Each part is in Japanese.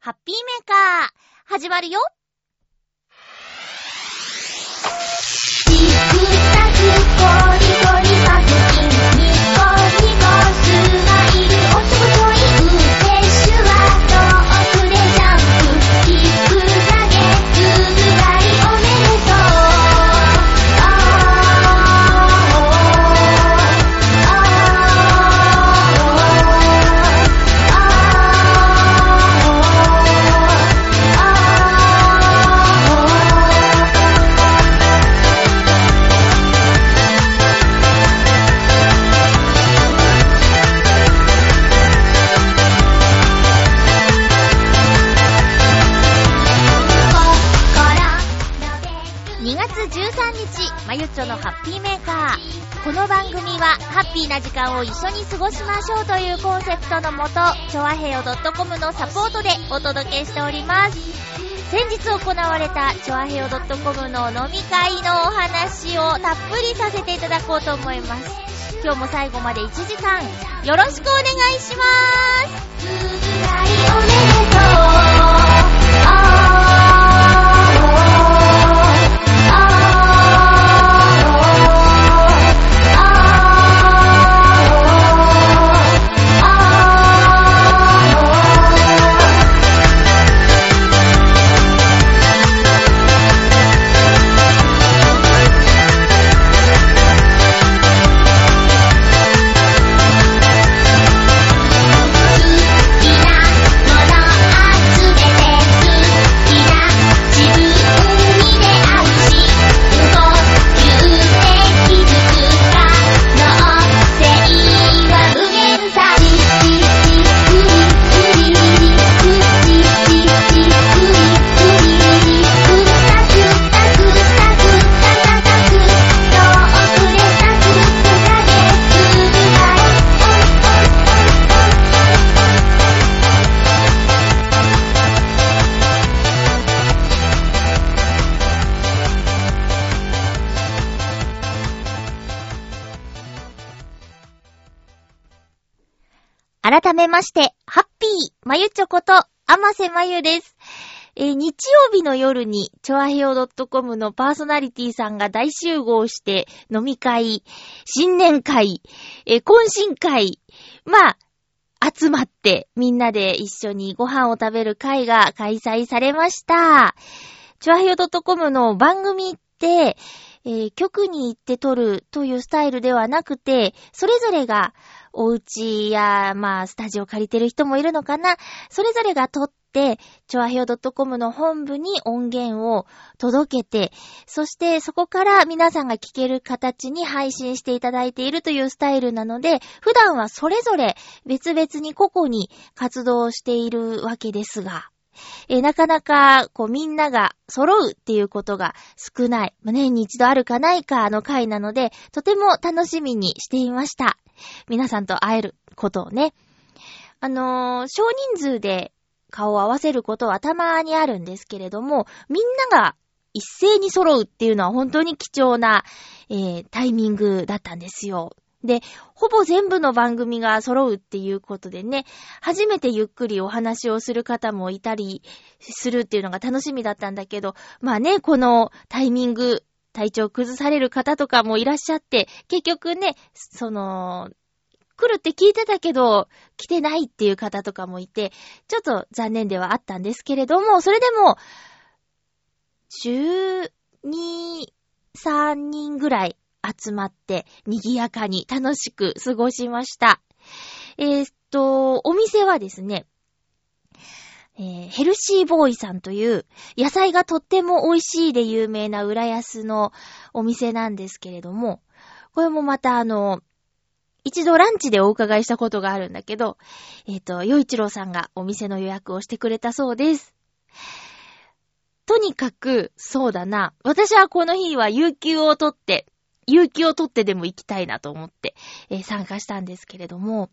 ハッピーメーカー始まるよ。まゆっちょのハッピーメーカー。この番組はハッピーな時間を一緒に過ごしましょうというコンセプトのもと、ちょわへよ .com のサポートでお届けしております。先日行われたちょわへよ .com の飲み会のお話をたっぷりさせていただこうと思います。今日も最後まで1時間よろしくお願いします。おめでとう。改めまして、ハッピーまゆちょこと甘瀬まゆです。日曜日の夜にちょわへよ .com のパーソナリティさんが大集合して飲み会、新年会、懇親会、集まってみんなで一緒にご飯を食べる会が開催されました。ちょわへよ .com の番組って、局に行って撮るというスタイルではなくて、それぞれがお家や、スタジオ借りてる人もいるのかな。それぞれが撮って、ちょわへよ .com の本部に音源を届けて、そしてそこから皆さんが聞ける形に配信していただいているというスタイルなので、普段はそれぞれ別々に個々に活動しているわけですが、なかなかみんなが揃うっていうことが少ない。年に一度あるかないかの回なので、とても楽しみにしていました。皆さんと会えることをね。少人数で顔を合わせることはたまにあるんですけれども、みんなが一斉に揃うっていうのは本当に貴重な、タイミングだったんですよ。で、ほぼ全部の番組が揃うっていうことでね、初めてゆっくりお話をする方もいたりするっていうのが楽しみだったんだけど、このタイミング、体調崩される方とかもいらっしゃって、結局ね、来るって聞いてたけど、来てないっていう方とかもいて、ちょっと残念ではあったんですけれども、それでも、12、3人ぐらい集まって、賑やかに楽しく過ごしました。お店はですね、ヘルシーボーイさんという野菜がとっても美味しいで有名な浦安のお店なんですけれども、これもまた一度ランチでお伺いしたことがあるんだけど、洋一郎さんがお店の予約をしてくれたそうです。とにかく、そうだな。私はこの日は有給を取ってでも行きたいなと思って、参加したんですけれども、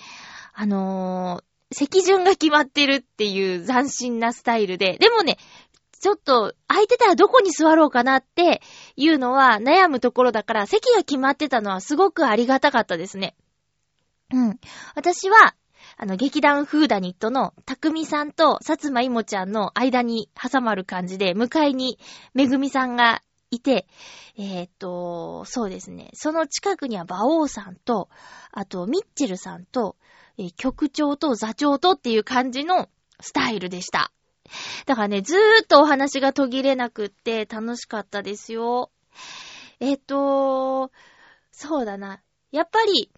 席順が決まってるっていう斬新なスタイルで、でもね、ちょっと空いてたらどこに座ろうかなっていうのは悩むところだから、席が決まってたのはすごくありがたかったですね。私は、 劇団フーダニットのたくみさんとさつまいもちゃんの間に挟まる感じで、向かいにめぐみさんがいて、そうですね。その近くには馬王さんと、あとミッチェルさんと、局長と座長とっていう感じのスタイルでした。だからね、ずーっとお話が途切れなくって楽しかったですよ。そうだな。やっぱり、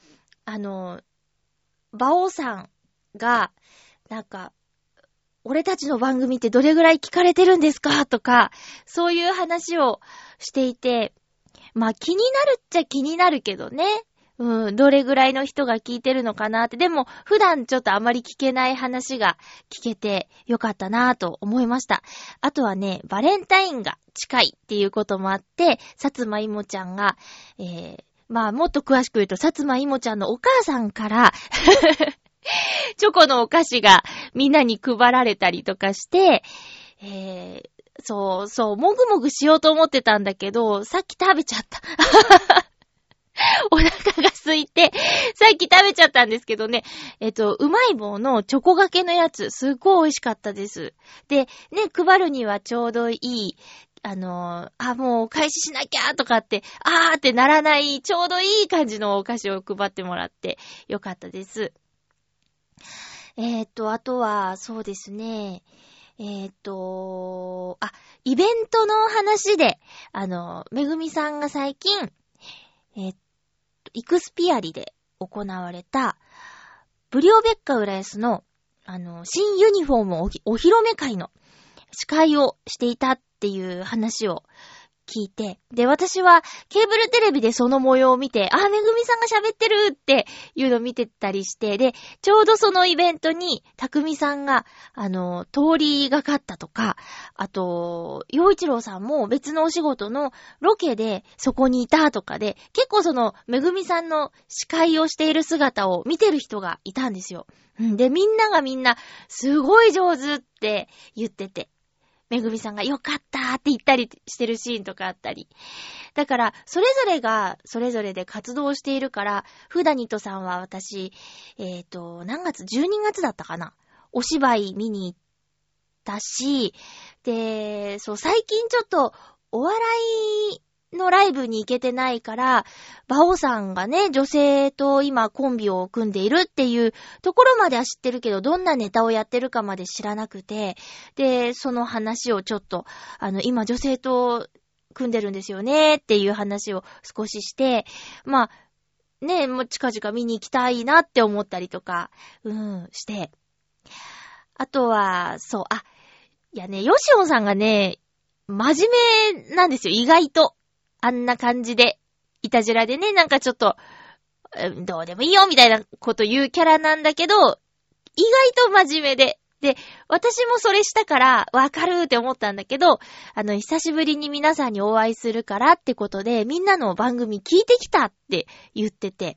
馬王さんが、なんか、俺たちの番組ってどれぐらい聞かれてるんですかとか、そういう話をしていて、まあ気になるっちゃ気になるけどね。どれぐらいの人が聞いてるのかなって。でも、普段ちょっとあまり聞けない話が聞けてよかったなと思いました。あとはね、バレンタインが近いっていうこともあって、さつまいもちゃんが、まあもっと詳しく言うと、さつまいもちゃんのお母さんから、チョコのお菓子がみんなに配られたりとかして、そう、もぐもぐしようと思ってたんだけど、さっき食べちゃった。お腹が空いて、さっき食べちゃったんですけどね。うまい棒のチョコがけのやつ、すっごい美味しかったです。で、ね、配るにはちょうどいい、もうお返ししなきゃとかって、ってならない、ちょうどいい感じのお菓子を配ってもらってよかったです。あとは、そうですね。イベントの話で、めぐみさんが最近、イクスピアリで行われた、ブリオベッカ浦安の、新ユニフォームお披露目会の司会をしていたっていう話を聞いて、で、私はケーブルテレビでその模様を見て、めぐみさんが喋ってるっていうのを見てたりして、で、ちょうどそのイベントに、たくみさんが、通りがかったとか、あと、陽一郎さんも別のお仕事のロケでそこにいたとかで、結構その、めぐみさんの司会をしている姿を見てる人がいたんですよ。で、みんながみんな、すごい上手って言ってて。めぐみさんがよかったーって言ったりしてるシーンとかあったり。だから、それぞれが、それぞれで活動しているから、フーダニットさんは私、何月 ?12 月だったかな、お芝居見に行ったし、で、そう、最近ちょっと、お笑いのライブに行けてないから、バオさんがね、女性と今コンビを組んでいるっていうところまでは知ってるけど、どんなネタをやってるかまで知らなくて、で、その話をちょっと、今女性と組んでるんですよねっていう話を少しして、まあ、ね、もう近々見に行きたいなって思ったりとか、して。あとは、そう、いやね、ヨシオンさんがね、真面目なんですよ、意外と。あんな感じで、いたじらでね、なんかちょっと、どうでもいいよみたいなこと言うキャラなんだけど、意外と真面目で。で、私もそれしたから、わかるって思ったんだけど、久しぶりに皆さんにお会いするからってことで、みんなの番組聞いてきたって言ってて。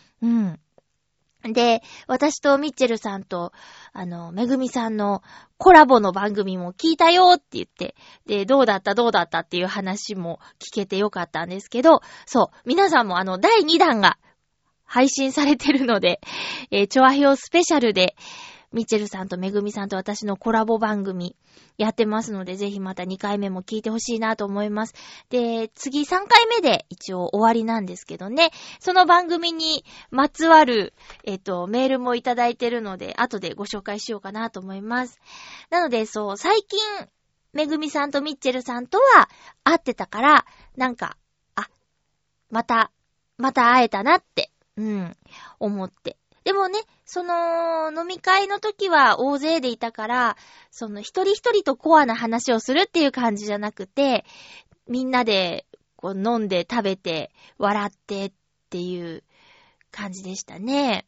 で、私とミッチェルさんと、めぐみさんのコラボの番組も聞いたよって言って、で、どうだったっていう話も聞けてよかったんですけど、そう、皆さんも第2弾が配信されてるので、チョアヘオスペシャルで、ミッチェルさんとめぐみさんと私のコラボ番組やってますので、ぜひまた2回目も聞いてほしいなと思います。で、次3回目で一応終わりなんですけどね、その番組にまつわる、メールもいただいてるので、後でご紹介しようかなと思います。なので、そう、最近、めぐみさんとミッチェルさんとは会ってたから、なんか、また会えたなって、思って。でもね、その飲み会の時は大勢でいたから、その一人一人とコアな話をするっていう感じじゃなくて、みんなでこう飲んで食べて笑ってっていう感じでしたね。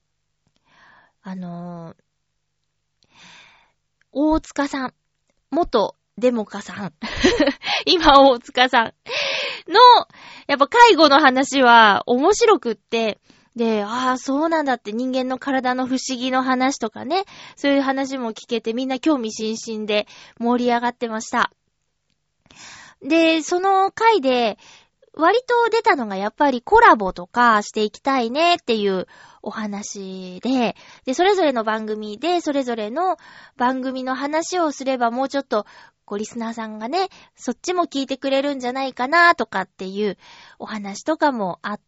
大塚さん、元デモカさん、今大塚さんのやっぱ介護の話は面白くって、で、そうなんだって、人間の体の不思議の話とかね、そういう話も聞けてみんな興味津々で盛り上がってました。で、その回で、 割と出たのがやっぱりコラボとかしていきたいねっていうお話で、それぞれの番組でそれぞれの番組の話をすればもうちょっとリスナーさんがね、そっちも聞いてくれるんじゃないかなとかっていうお話とかもあって、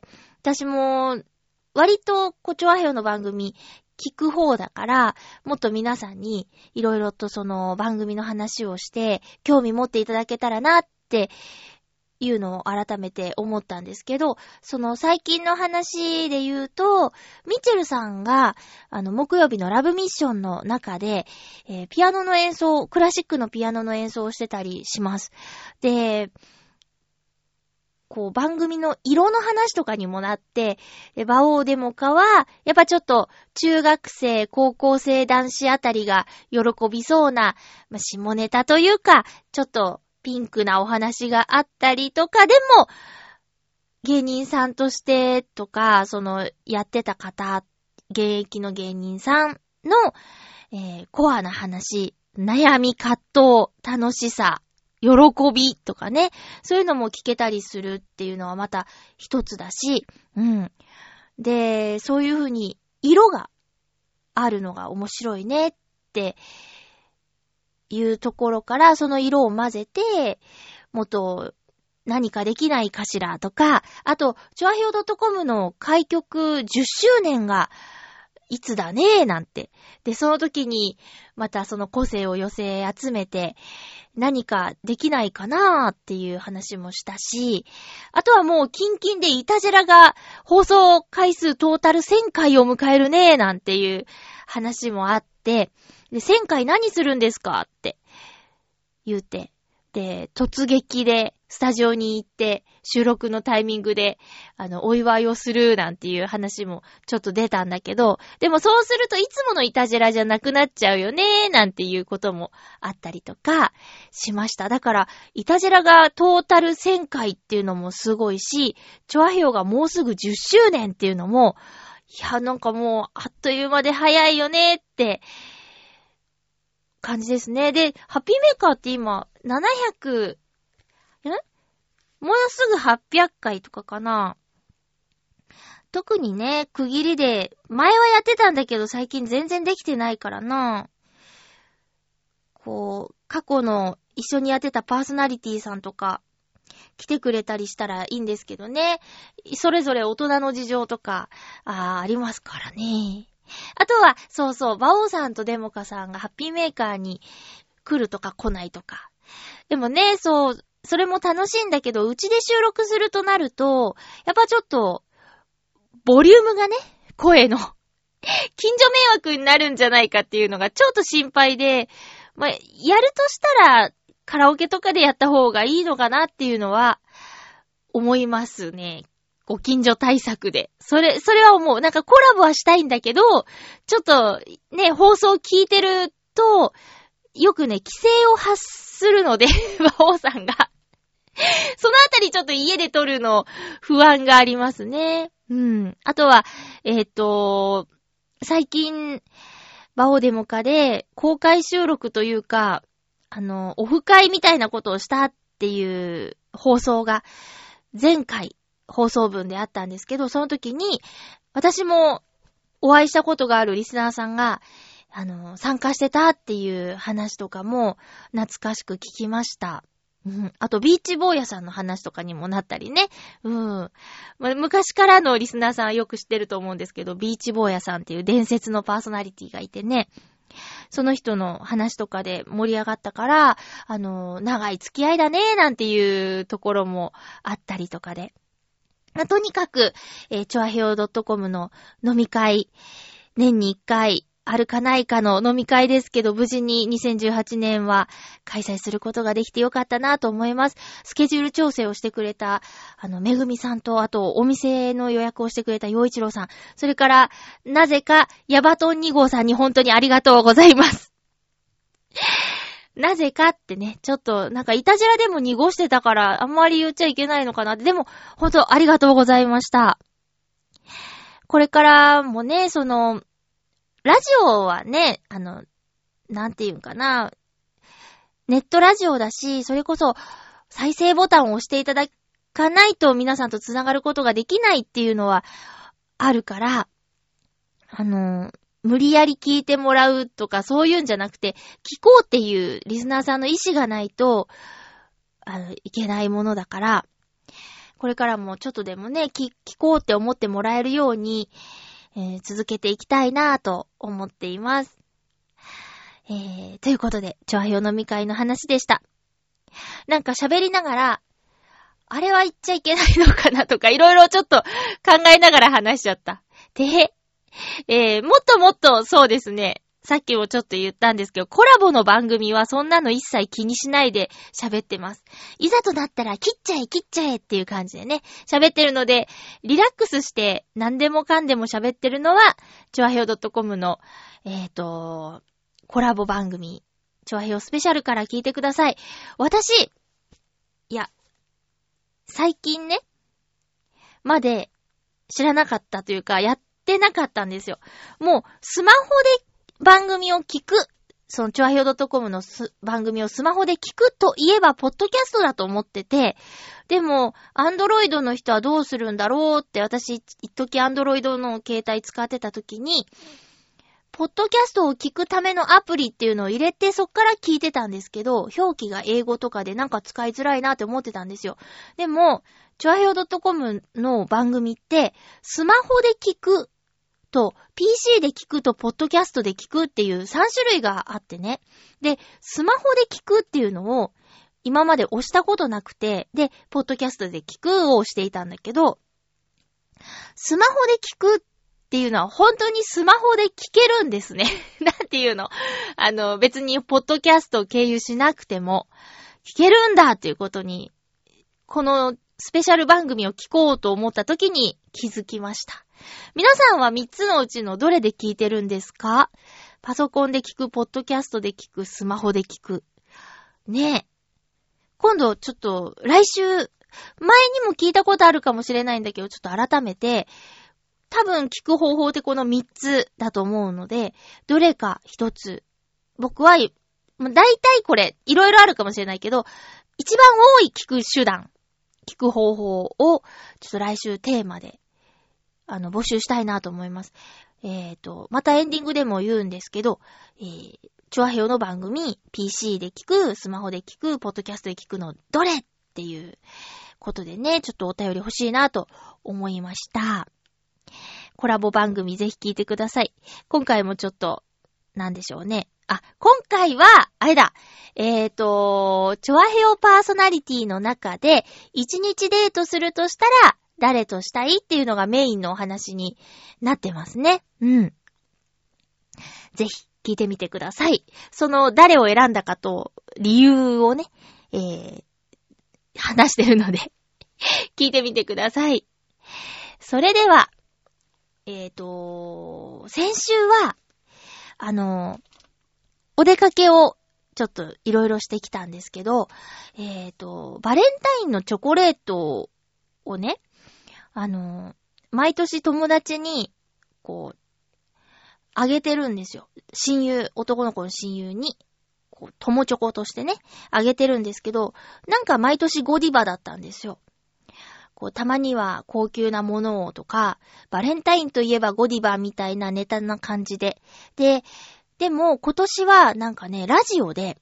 私も割とチョアヘヨの番組聞く方だから、もっと皆さんにいろいろとその番組の話をして興味持っていただけたらなっていうのを改めて思ったんですけど、その最近の話で言うと、ミチェルさんが木曜日のラブミッションの中で、ピアノの演奏、クラシックのピアノの演奏をしてたりします。で、番組の色の話とかにもなって、バオーデモカは、やっぱちょっと中学生、高校生男子あたりが喜びそうな、下ネタというか、ちょっとピンクなお話があったりとかでも、芸人さんとしてとか、やってた方、現役の芸人さんの、コアな話、悩み、葛藤、楽しさ、喜びとかね、そういうのも聞けたりするっていうのはまた一つだし、で、そういうふうに色があるのが面白いねっていうところから、その色を混ぜて、もっと何かできないかしらとか、あと、チョアヘオ .com の開局10周年がいつだねーなんて。で、その時にまたその個性を寄せ集めて何かできないかなーっていう話もしたし、あとはもうキンキンでイタジェラが放送回数トータル1000回を迎えるねーなんていう話もあって、で、1000回何するんですかって言うて、で、突撃でスタジオに行って収録のタイミングでお祝いをするなんていう話もちょっと出たんだけど、でもそうするといつものイタジェラじゃなくなっちゃうよねなんていうこともあったりとかしました。だからイタジェラがトータル1000回っていうのもすごいし、チョアヘヨがもうすぐ10周年っていうのも、いや、なんかもうあっという間で早いよねって感じですね。で、ハッピーメーカーって今700、もうすぐ800回とかかな。特にね、区切りで、前はやってたんだけど最近全然できてないからな。過去の一緒にやってたパーソナリティさんとか来てくれたりしたらいいんですけどね。それぞれ大人の事情とか、ありますからね。あとは、そう、バオさんとデモカさんがハッピーメーカーに来るとか来ないとか。でもね、それも楽しいんだけど、うちで収録するとなると、やっぱちょっと、ボリュームがね、声の、近所迷惑になるんじゃないかっていうのがちょっと心配で、やるとしたら、カラオケとかでやった方がいいのかなっていうのは、思いますね。ご近所対策で。それは思う。なんかコラボはしたいんだけど、ちょっとね、放送聞いてると、よくね、規制を発するので、馬王さんが。そのあたりちょっと家で撮るの不安がありますね。あとは、最近、バオデモカで公開収録というか、オフ会みたいなことをしたっていう放送が前回放送分であったんですけど、その時に私もお会いしたことがあるリスナーさんが参加してたっていう話とかも懐かしく聞きました。あとビーチ坊やさんの話とかにもなったりね。昔からのリスナーさんはよく知ってると思うんですけど、ビーチ坊やさんっていう伝説のパーソナリティがいてね。その人の話とかで盛り上がったから、長い付き合いだねなんていうところもあったりとかで。とにかく、チョアヘオ .com の飲み会、年に1回あるかないかの飲み会ですけど、無事に2018年は開催することができてよかったなと思います。スケジュール調整をしてくれた、めぐみさんと、あと、お店の予約をしてくれた陽一郎さん、それから、なぜか、ヤバトン2号さんに本当にありがとうございます。なぜかってね、ちょっと、なんか、イタジラでも濁してたから、あんまり言っちゃいけないのかなって、でも、本当ありがとうございました。これからもね、ラジオはね、なんていうんかな、ネットラジオだし、それこそ再生ボタンを押していただかないと皆さんとつながることができないっていうのはあるから、無理やり聞いてもらうとかそういうんじゃなくて、聞こうっていうリスナーさんの意思がないと、いけないものだから、これからもちょっとでもね、聞こうって思ってもらえるように、続けていきたいなぁと思っています。ということで、チョアヘヨ飲み会の話でした。なんか喋りながら、あれは言っちゃいけないのかなとか、いろいろちょっと考えながら話しちゃった。もっともっとそうですね、さっきもちょっと言ったんですけど、コラボの番組はそんなの一切気にしないで喋ってます。いざとなったら切っちゃえっていう感じでね、喋ってるので、リラックスして何でもかんでも喋ってるのは、チョアヘヨ .com の、コラボ番組、チョアヘヨスペシャルから聞いてください。私、最近ね、まで知らなかったというか、やってなかったんですよ。もう、スマホで番組を聞く、その、チョアヘヨ .com の番組をスマホで聞くといえば、ポッドキャストだと思ってて、でも、アンドロイドの人はどうするんだろうって、私、一時アンドロイドの携帯使ってた時に、ポッドキャストを聞くためのアプリっていうのを入れてそっから聞いてたんですけど、表記が英語とかでなんか使いづらいなって思ってたんですよ。でも、チョアヘヨ .com の番組って、スマホで聞くと、PC で聞くと、ポッドキャストで聞くっていう3種類があってね。で、スマホで聞くっていうのを今まで押したことなくて、で、ポッドキャストで聞くをしていたんだけど、スマホで聞くっていうのは本当にスマホで聞けるんですね。なんていうの？別にポッドキャストを経由しなくても聞けるんだっていうことに、このスペシャル番組を聞こうと思った時に気づきました。皆さんは3つのうちのどれで聞いてるんですか？パソコンで聞く、ポッドキャストで聞く、スマホで聞く。ねえ。今度ちょっと来週、前にも聞いたことあるかもしれないんだけど、ちょっと改めて、多分聞く方法ってこの3つだと思うので、どれか1つ。僕は、だいたいこれ、いろいろあるかもしれないけど、一番多い聞く手段、聞く方法を、ちょっと来週テーマで、募集したいなと思います。またエンディングでも言うんですけど、チョアヘヨの番組、PC で聞く、スマホで聞く、ポッドキャストで聞くの、どれっていうことでね、ちょっとお便り欲しいなと思いました。コラボ番組ぜひ聞いてください。今回もちょっと、なんでしょうね。今回は、あれだ。チョアヘヨパーソナリティの中で、1日デートするとしたら、誰としたいっていうのがメインのお話になってますね。うん。ぜひ聞いてみてください。その誰を選んだかと理由をね、話してるので聞いてみてください。それでは、先週は、お出かけをちょっといろいろしてきたんですけど、バレンタインのチョコレートをね、毎年友達に、こう、あげてるんですよ。男の子の親友に、こう、友チョコとしてね、あげてるんですけど、なんか毎年ゴディバだったんですよ。こう、たまには高級なものをとか、バレンタインといえばゴディバみたいなネタな感じで。でも今年はなんかね、ラジオで、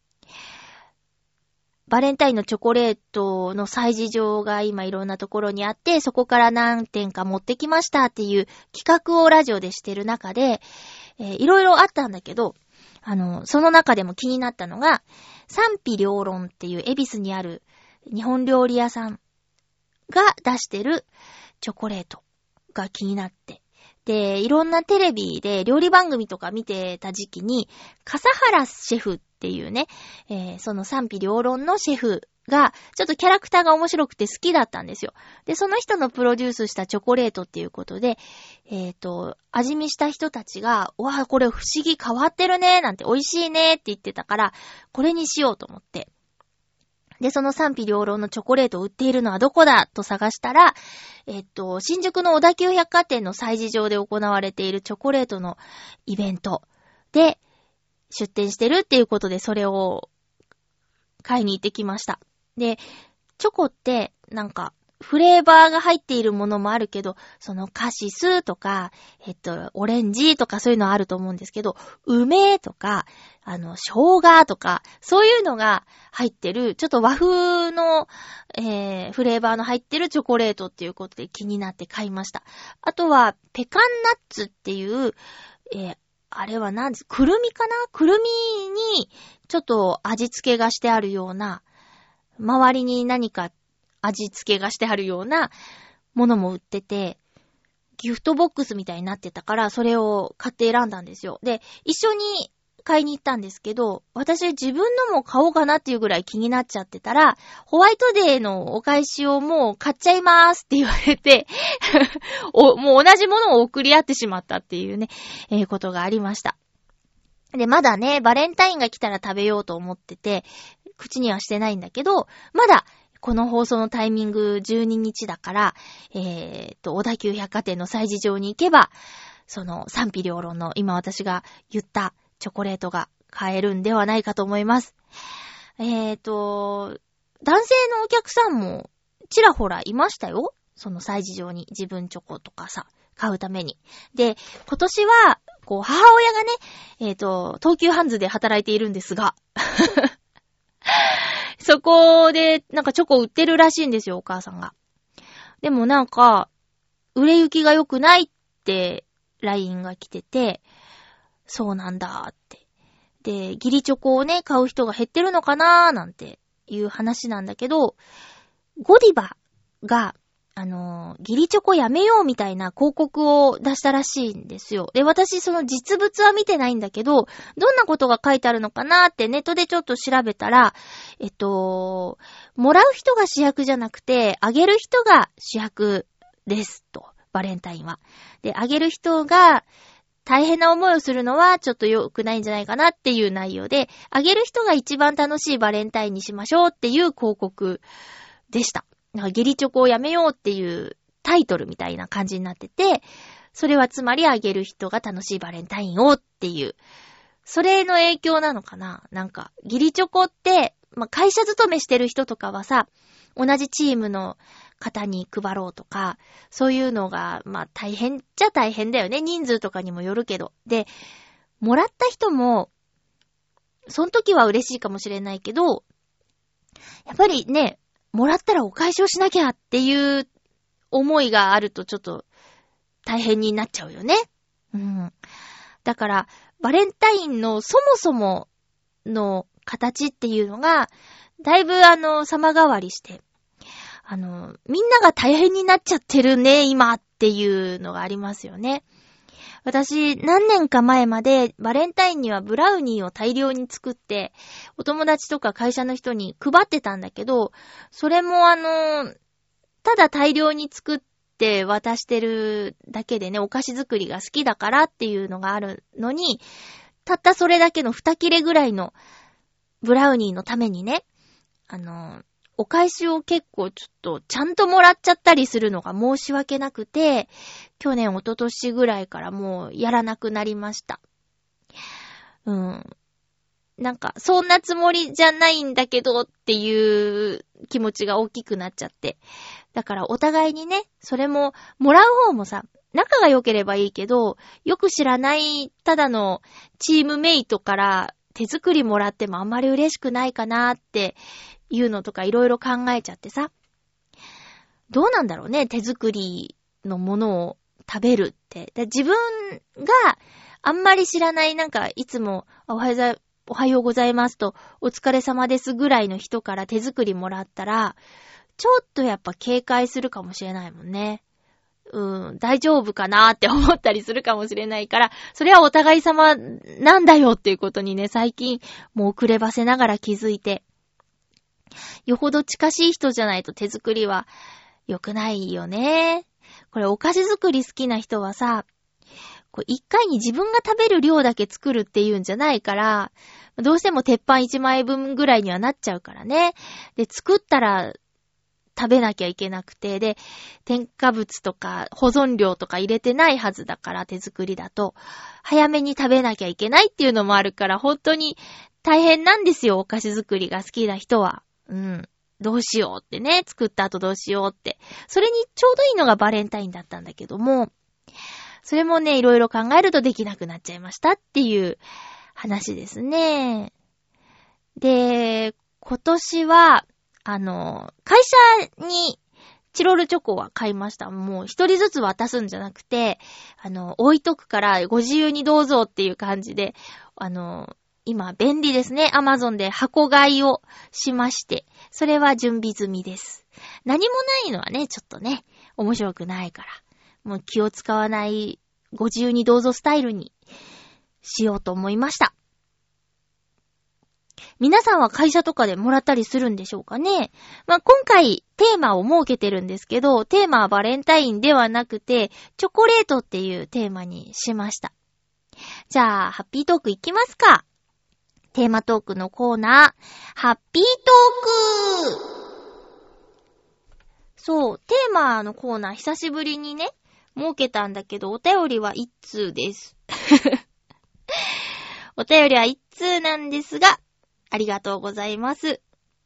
バレンタインのチョコレートの催事場が今いろんなところにあって、そこから何点か持ってきましたっていう企画をラジオでしてる中で、いろいろあったんだけど、その中でも気になったのが、賛否両論っていう恵比寿にある日本料理屋さんが出してるチョコレートが気になって。で、いろんなテレビで料理番組とか見てた時期に、笠原シェフっていうね、その賛否両論のシェフが、ちょっとキャラクターが面白くて好きだったんですよ。で、その人のプロデュースしたチョコレートっていうことで、味見した人たちが、わあ、これ不思議変わってるね、なんて美味しいねって言ってたから、これにしようと思って。で、その賛否両論のチョコレートを売っているのはどこだと探したら、新宿の小田急百貨店の催事場で行われているチョコレートのイベントで出店してるっていうことで、それを買いに行ってきました。で、チョコってなんか、フレーバーが入っているものもあるけど、そのカシスとか、オレンジとかそういうのあると思うんですけど、梅とか、生姜とか、そういうのが入ってる、ちょっと和風の、フレーバーの入ってるチョコレートっていうことで気になって買いました。あとは、ペカンナッツっていう、あれは何です？くるみかな？くるみに、ちょっと味付けがしてあるような、周りに何か味付けがしてあるようなものも売ってて、ギフトボックスみたいになってたから、それを買って選んだんですよ。で、一緒に買いに行ったんですけど、私自分のも買おうかなっていうぐらい気になっちゃってたら、ホワイトデーのお返しをもう買っちゃいますって言われて、もう同じものを送り合ってしまったっていうね、ことがありました。で、まだね、バレンタインが来たら食べようと思ってて、口にはしてないんだけど、まだ、この放送のタイミング12日だから、小田急百貨店の催事場に行けば、その賛否両論の今私が言ったチョコレートが買えるんではないかと思います。男性のお客さんもちらほらいましたよ。その催事場に自分チョコとかさ、買うために。で、今年は、こう、母親がね、東急ハンズで働いているんですが、そこで、なんかチョコ売ってるらしいんですよ、お母さんが。でもなんか、売れ行きが良くないって、LINE が来てて、そうなんだって。で、義理チョコをね、買う人が減ってるのかなーなんていう話なんだけど、ゴディバが、義理チョコやめようみたいな広告を出したらしいんですよ。で、私その実物は見てないんだけど、どんなことが書いてあるのかなってネットでちょっと調べたら、もらう人が主役じゃなくて、あげる人が主役ですと、バレンタインは。で、あげる人が大変な思いをするのはちょっと良くないんじゃないかなっていう内容で、あげる人が一番楽しいバレンタインにしましょうっていう広告でした。義理チョコをやめようっていうタイトルみたいな感じになってて、それはつまりあげる人が楽しいバレンタインをっていう、それの影響なのかな。なんか、義理チョコって、会社勤めしてる人とかはさ、同じチームの方に配ろうとか、そういうのが、大変っちゃ大変だよね。人数とかにもよるけど。で、もらった人も、その時は嬉しいかもしれないけど、やっぱりね、もらったらお返しをしなきゃっていう思いがあるとちょっと大変になっちゃうよね。うん。だから、バレンタインのそもそもの形っていうのが、だいぶ様変わりして、みんなが大変になっちゃってるね、今っていうのがありますよね。私、何年か前までバレンタインにはブラウニーを大量に作って、お友達とか会社の人に配ってたんだけど、それもただ大量に作って渡してるだけでね、お菓子作りが好きだからっていうのがあるのに、たったそれだけの2切れぐらいのブラウニーのためにね、お返しを結構ちょっとちゃんともらっちゃったりするのが申し訳なくて、去年一昨年ぐらいからもうやらなくなりました。なんかそんなつもりじゃないんだけどっていう気持ちが大きくなっちゃって。だからお互いにね、それももらう方もさ、仲が良ければいいけど、よく知らないただのチームメイトから手作りもらってもあんまり嬉しくないかなっていうのとかいろいろ考えちゃってさ。どうなんだろうね、手作りのものを食べるって。で自分があんまり知らないなんかいつもおはようございますとお疲れ様ですぐらいの人から手作りもらったら、ちょっとやっぱ警戒するかもしれないもんね。大丈夫かなって思ったりするかもしれないから、それはお互い様なんだよっていうことにね、最近もう遅ればせながら気づいて、よほど近しい人じゃないと手作りは良くないよね。これお菓子作り好きな人はさ、一回に自分が食べる量だけ作るっていうんじゃないから、どうしても鉄板1枚分ぐらいにはなっちゃうからね。で、作ったら食べなきゃいけなくて、で、添加物とか保存料とか入れてないはずだから手作りだと、早めに食べなきゃいけないっていうのもあるから、本当に大変なんですよ、お菓子作りが好きな人は。 どうしようってね、作った後どうしようって。それにちょうどいいのがバレンタインだったんだけども、それもね、いろいろ考えるとできなくなっちゃいましたっていう話ですね。で、今年は、会社にチロルチョコは買いました。もう一人ずつ渡すんじゃなくて、置いとくからご自由にどうぞっていう感じで、今便利ですね。Amazon で箱買いをしまして、それは準備済みです。何もないのはね、ちょっとね、面白くないから、もう気を使わないご自由にどうぞスタイルにしようと思いました。皆さんは会社とかでもらったりするんでしょうかね。今回テーマを設けてるんですけど、テーマはバレンタインではなくて、チョコレートっていうテーマにしました。じゃあ、ハッピートークいきますか。テーマトークのコーナー、ハッピートーク。そう、テーマのコーナー久しぶりにね、設けたんだけど、お便りは1通です。お便りは1通なんですが、ありがとうございます。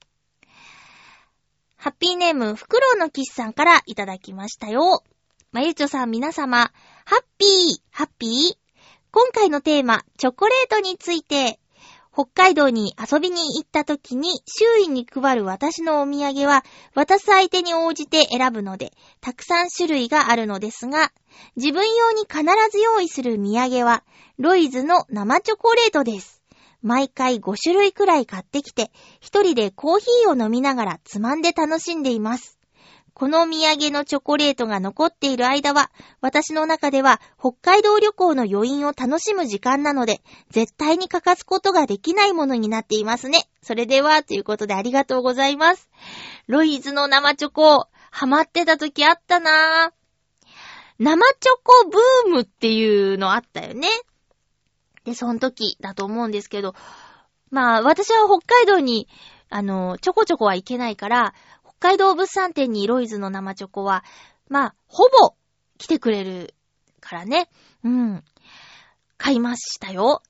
ハッピーネーム、フクロウのキスさんからいただきましたよ。まゆちょさん皆様、ハッピー。今回のテーマ、チョコレートについて、北海道に遊びに行った時に周囲に配る私のお土産は渡す相手に応じて選ぶのでたくさん種類があるのですが、自分用に必ず用意する土産はロイズの生チョコレートです。毎回5種類くらい買ってきて一人でコーヒーを飲みながらつまんで楽しんでいます。この土産のチョコレートが残っている間は、私の中では北海道旅行の余韻を楽しむ時間なので、絶対に欠かすことができないものになっていますね。それでは、ということでありがとうございます。ロイズの生チョコ、ハマってた時あったなぁ。生チョコブームっていうのあったよね。で、その時だと思うんですけど、私は北海道に、ちょこちょこは行けないから、北海道物産展にロイズの生チョコは、ほぼ来てくれるからね。買いましたよ。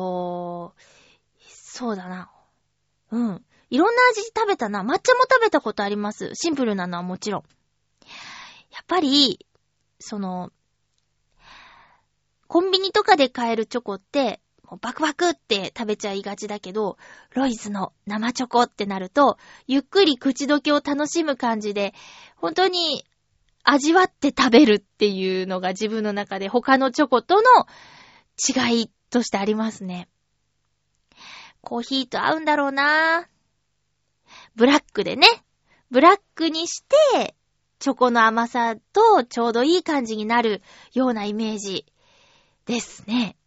そうだな。いろんな味食べたな。抹茶も食べたことあります。シンプルなのはもちろん。やっぱり、コンビニとかで買えるチョコって、バクバクって食べちゃいがちだけど、ロイズの生チョコってなると、ゆっくり口どけを楽しむ感じで、本当に味わって食べるっていうのが自分の中で他のチョコとの違いとしてありますね。コーヒーと合うんだろうな。ブラックでね。ブラックにして、チョコの甘さとちょうどいい感じになるようなイメージですね。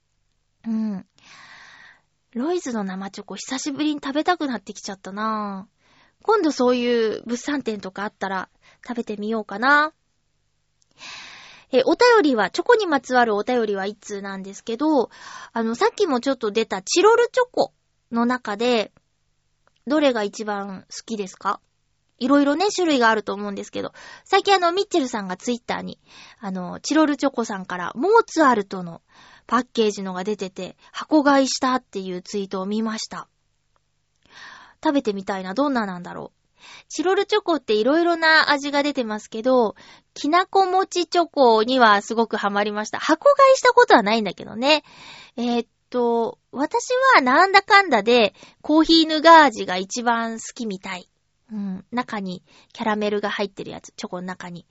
ロイズの生チョコ久しぶりに食べたくなってきちゃったな。今度そういう物産展とかあったら食べてみようかな。お便りは、チョコにまつわるお便りは一通なんですけど、さっきもちょっと出たチロルチョコの中で、どれが一番好きですか？いろいろね、種類があると思うんですけど、最近ミッチェルさんがツイッターに、チロルチョコさんからモーツァルトのパッケージのが出てて、箱買いしたっていうツイートを見ました。食べてみたいな、どんななんだろう。チロルチョコっていろいろな味が出てますけど、きなこ餅チョコにはすごくハマりました。箱買いしたことはないんだけどね。私はなんだかんだでコーヒーヌガー味が一番好きみたい。中にキャラメルが入ってるやつ、チョコの中に。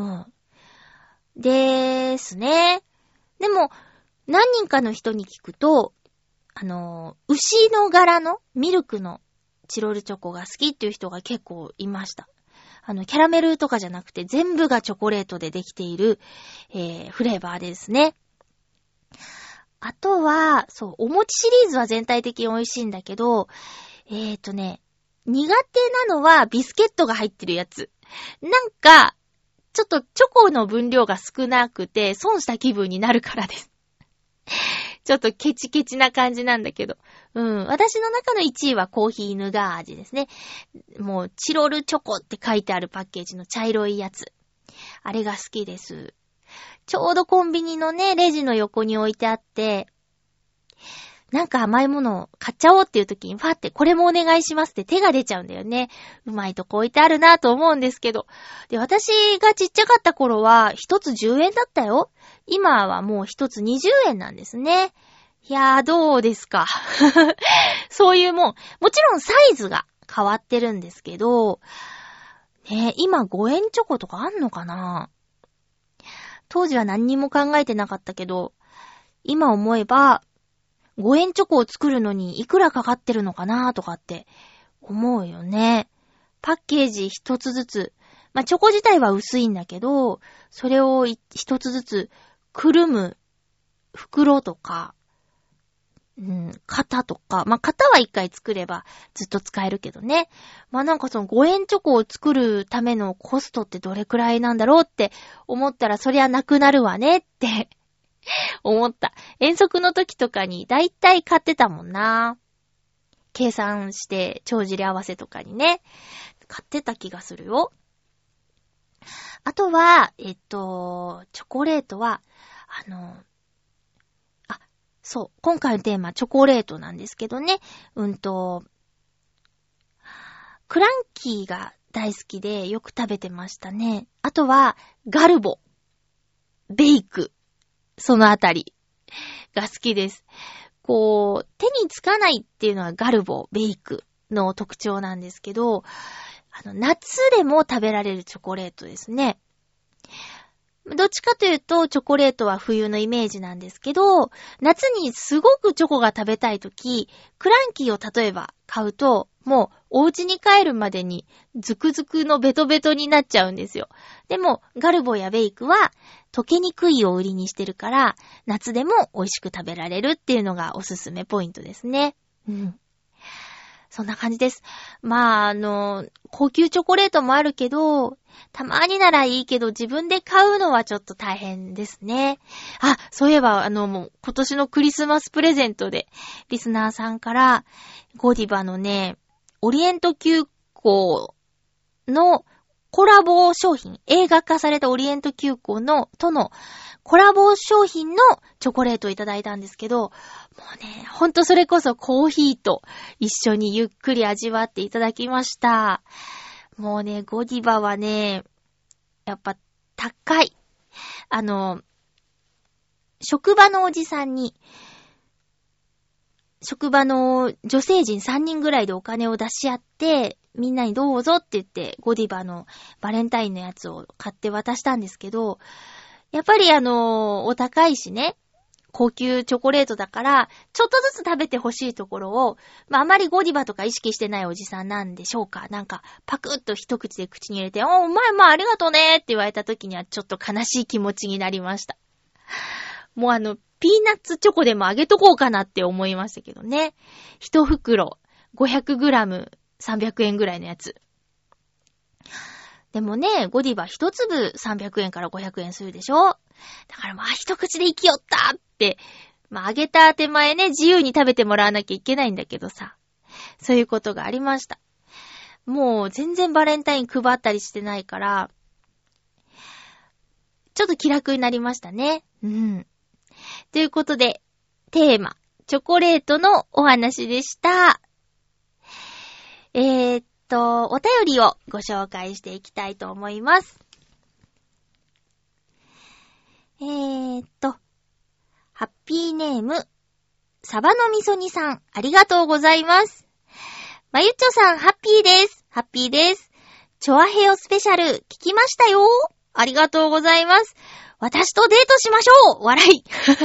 ですね。でも、何人かの人に聞くと、牛の柄のミルクのチロルチョコが好きっていう人が結構いました。キャラメルとかじゃなくて全部がチョコレートでできている、フレーバーですね。あとは、お餅シリーズは全体的に美味しいんだけど、苦手なのはビスケットが入ってるやつ。なんか、ちょっとチョコの分量が少なくて損した気分になるからです。ちょっとケチケチな感じなんだけど。私の中の1位はコーヒーヌガー味ですね。もう、チロルチョコって書いてあるパッケージの茶色いやつ。あれが好きです。ちょうどコンビニのね、レジの横に置いてあって、 なんか甘いものを買っちゃおうっていう時にファってこれもお願いしますって手が出ちゃうんだよね。うまいとこ置いてあるなと思うんですけど。で、私がちっちゃかった頃は一つ10円だったよ。今はもう一つ20円なんですね。いやーどうですか。そういうもん。もちろんサイズが変わってるんですけど、ね、今5円チョコとかあんのかな？当時は何にも考えてなかったけど、今思えば、5円チョコを作るのにいくらかかってるのかなとかって思うよね。パッケージ一つずつ、まあ、チョコ自体は薄いんだけど、それを一つずつくるむ袋とか、型とか、まあ、型は一回作ればずっと使えるけどね。まあ、なんかその5円チョコを作るためのコストってどれくらいなんだろうって思ったらそりゃなくなるわねって思った。遠足の時とかにだいたい買ってたもんな。計算して帳尻合わせとかにね。買ってた気がするよ。あとは、チョコレートは、そう、今回のテーマチョコレートなんですけどね。クランキーが大好きでよく食べてましたね。あとは、ガルボ、ベイク。そのあたりが好きです。こう、手につかないっていうのはガルボ、ベイクの特徴なんですけど、夏でも食べられるチョコレートですね。どっちかというと、チョコレートは冬のイメージなんですけど、夏にすごくチョコが食べたいとき、クランキーを例えば買うと、もうお家に帰るまでにズクズクのベトベトになっちゃうんですよ。でも、ガルボやベイクは溶けにくいを売りにしてるから、夏でも美味しく食べられるっていうのがおすすめポイントですね。そんな感じです。まあ、高級チョコレートもあるけど、たまにならいいけど自分で買うのはちょっと大変ですね。あ、そういえばもう今年のクリスマスプレゼントでリスナーさんからゴディバのね、オリエント急行のコラボ商品、映画化されたオリエント急行とのコラボ商品のチョコレートをいただいたんですけど、もうね、ほんとそれこそコーヒーと一緒にゆっくり味わっていただきました。もうね、ゴディバはね、やっぱ高い。職場のおじさんに、職場の女性陣3人ぐらいでお金を出し合って、みんなにどうぞって言って、ゴディバのバレンタインのやつを買って渡したんですけど、やっぱりお高いしね、高級チョコレートだから、ちょっとずつ食べてほしいところを、あまりゴディバとか意識してないおじさんなんでしょうか。なんか、パクッと一口で口に入れて、うまいありがとうねって言われた時にはちょっと悲しい気持ちになりました。もうピーナッツチョコでもあげとこうかなって思いましたけどね。一袋、500g、300円ぐらいのやつ。でもね、ゴディバ一粒300円から500円するでしょ？だから一口で生きよったって、あげた手前ね、自由に食べてもらわなきゃいけないんだけどさ。そういうことがありました。もう全然バレンタイン配ったりしてないから、ちょっと気楽になりましたね。ということで、テーマ、チョコレートのお話でした。お便りをご紹介していきたいと思います。ハッピーネーム、サバのみそ煮さん、ありがとうございます。まゆっちょさん、ハッピーです。ハッピーです。チョアヘヨスペシャル、聞きましたよ。ありがとうございます。私とデートしましょう。笑い。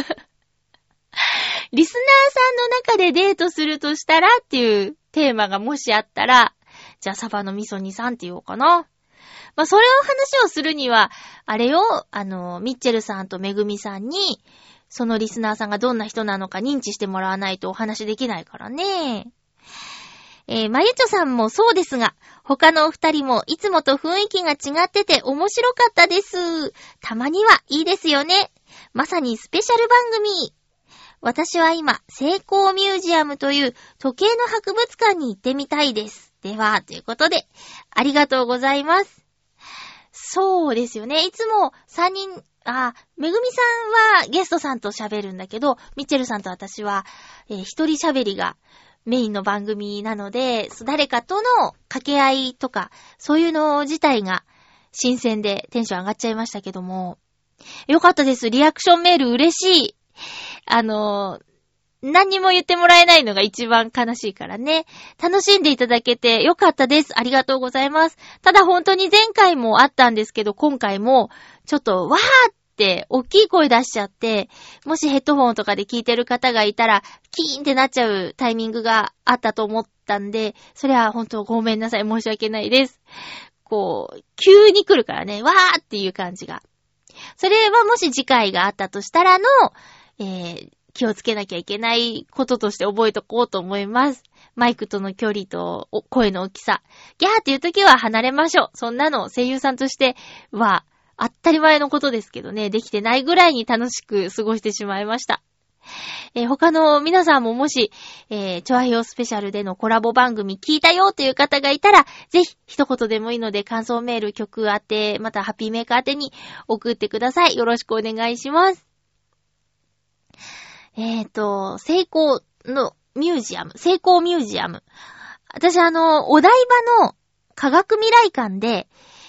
リスナーさんの中でデートするとしたらっていうテーマがもしあったら、じゃあサバのみそ煮さんって言おうかな。それを話をするには、あれよ、ミッチェルさんとめぐみさんに、そのリスナーさんがどんな人なのか認知してもらわないとお話できないからね。まゆちょさんもそうですが、他のお二人もいつもと雰囲気が違ってて面白かったです。たまにはいいですよね。まさにスペシャル番組。私は今、セイコーミュージアムという時計の博物館に行ってみたいです。では、ということで、ありがとうございます。そうですよね。いつも3人、 めぐみさんはゲストさんと喋るんだけど、ミッチェルさんと私は、一人喋りがメインの番組なので、誰かとの掛け合いとか、そういうの自体が新鮮でテンション上がっちゃいましたけども、よかったです。リアクションメール嬉しい。何にも言ってもらえないのが一番悲しいからね。楽しんでいただけてよかったです。ありがとうございます。ただ本当に前回もあったんですけど、今回もちょっとわーって大きい声出しちゃって、もしヘッドホンとかで聞いてる方がいたら、キーンってなっちゃうタイミングがあったと思ったんで、それは本当ごめんなさい。申し訳ないです。急に来るからね、わーっていう感じが。それはもし次回があったとしたらの、気をつけなきゃいけないこととして覚えとこうと思います。マイクとの距離と声の大きさ。ギャーっていう時は離れましょう。そんなの声優さんとしては当たり前のことですけどね、できてないぐらいに楽しく過ごしてしまいました。他の皆さんももし、チョアヘヨスペシャルでのコラボ番組聞いたよという方がいたら、ぜひ一言でもいいので感想メール、曲宛て、またハッピーメーカー宛てに送ってください。よろしくお願いします。セイコーミュージアム。私お台場の科学未来館で、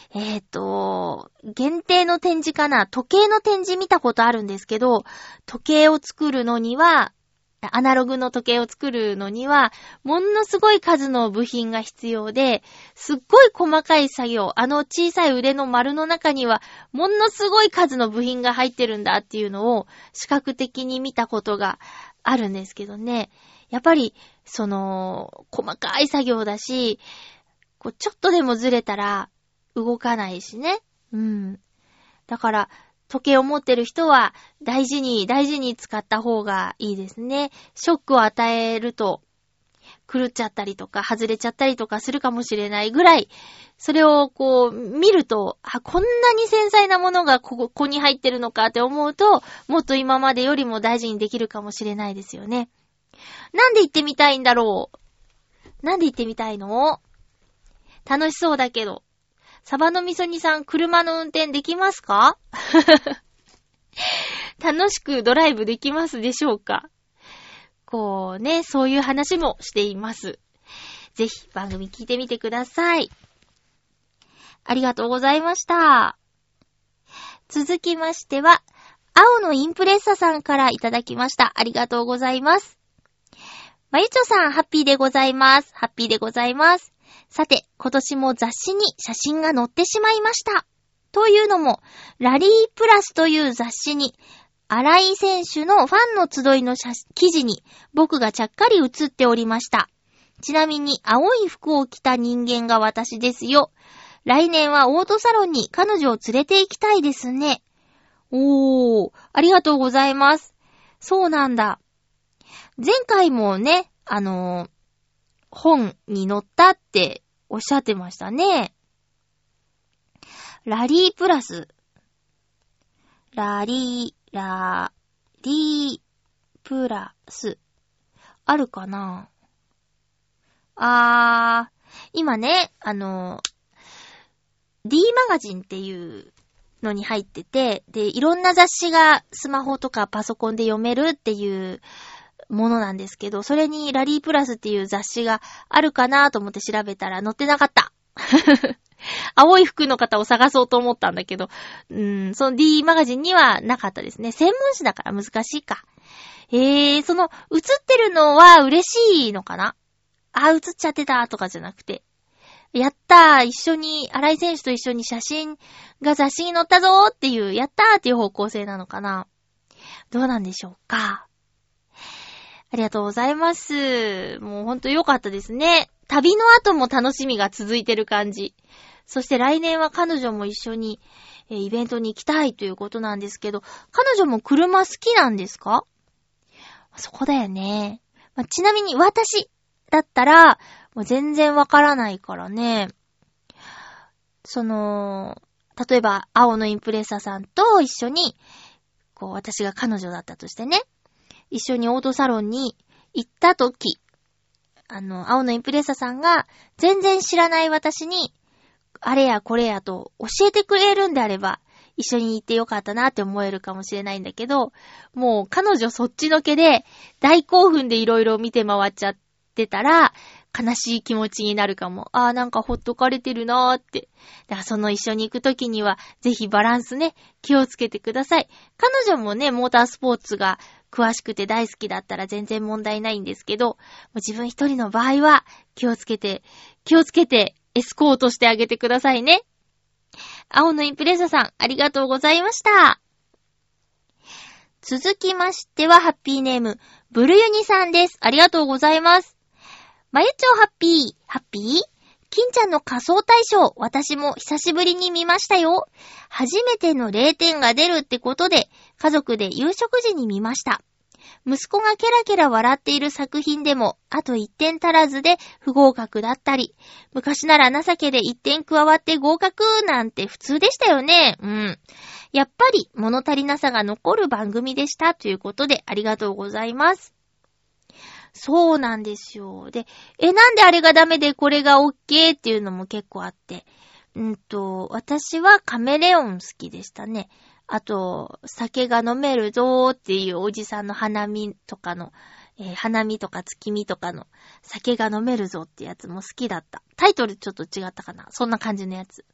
限定の展示かな、時計の展示見たことあるんですけど、時計を作るのには、アナログの時計を作るのには、ものすごい数の部品が必要で、すっごい細かい作業、小さい腕の丸の中には、ものすごい数の部品が入ってるんだっていうのを、視覚的に見たことがあるんですけどね。やっぱり、細かい作業だし、ちょっとでもずれたら、動かないしね。だから、時計を持ってる人は大事に使った方がいいですね。ショックを与えると狂っちゃったりとか外れちゃったりとかするかもしれないぐらい、それを見ると、こんなに繊細なものがここに入ってるのかって思うと、もっと今までよりも大事にできるかもしれないですよね。なんで行ってみたいんだろう。なんで行ってみたいの？楽しそうだけど。サバの味噌煮さん、車の運転できますか？楽しくドライブできますでしょうか？そういう話もしています。ぜひ番組聞いてみてください。ありがとうございました。続きましては、青のインプレッサさんからいただきました。ありがとうございます。まゆちょさん、ハッピーでございます。ハッピーでございます。さて、今年も雑誌に写真が載ってしまいました。というのも、ラリープラスという雑誌に、新井選手のファンの集いの記事に僕がちゃっかり写っておりました。ちなみに青い服を着た人間が私ですよ。来年はオートサロンに彼女を連れて行きたいですね。ありがとうございます。そうなんだ。前回もね、本に載ったっておっしゃってましたね。ラリープラス。ラリープラス。あるかな？今ね、D マガジンっていうのに入ってて、で、いろんな雑誌がスマホとかパソコンで読めるっていうものなんですけど、それにラリープラスっていう雑誌があるかなと思って調べたら載ってなかった。青い服の方を探そうと思ったんだけど、その D マガジンにはなかったですね。専門誌だから難しいか。映ってるのは嬉しいのかな？映っちゃってたとかじゃなくて。やったー、新井選手と一緒に写真が雑誌に載ったぞーっていう、やったーっていう方向性なのかな？どうなんでしょうか？ありがとうございます。もうほんと良かったですね。旅の後も楽しみが続いてる感じ。そして来年は彼女も一緒にイベントに行きたいということなんですけど、彼女も車好きなんですか？そこだよね。ちなみに私だったらもう全然わからないからね。例えば青のインプレッサさんと一緒に私が彼女だったとしてね、一緒にオートサロンに行ったとき、青のインプレッサさんが全然知らない私に、あれやこれやと教えてくれるんであれば、 一緒に行ってよかったなって思えるかもしれないんだけど、もう彼女そっちのけで大興奮でいろいろ見て回っちゃってたら、悲しい気持ちになるかも。なんかほっとかれてるなーって。だからその一緒に行くときには、ぜひバランスね、気をつけてください。彼女もね、モータースポーツが詳しくて大好きだったら全然問題ないんですけど、もう自分一人の場合は気をつけてエスコートしてあげてくださいね。青のインプレッサさん、ありがとうございました。続きましては、ハッピーネーム、ブルユニさんです。ありがとうございます。まゆちょハッピー金ちゃんの仮装大賞、私も久しぶりに見ましたよ。初めての0点が出るってことで、家族で夕食時に見ました。息子がケラケラ笑っている作品でも、あと1点足らずで不合格だったり、昔なら情けで1点加わって合格なんて普通でしたよね。やっぱり物足りなさが残る番組でしたということで、ありがとうございます。そうなんですよ。で、なんであれがダメでこれが OK っていうのも結構あって。私はカメレオン好きでしたね。あと、酒が飲めるぞーっていうおじさんの花見とか月見とかの酒が飲めるぞってやつも好きだった。タイトルちょっと違ったかな。そんな感じのやつ。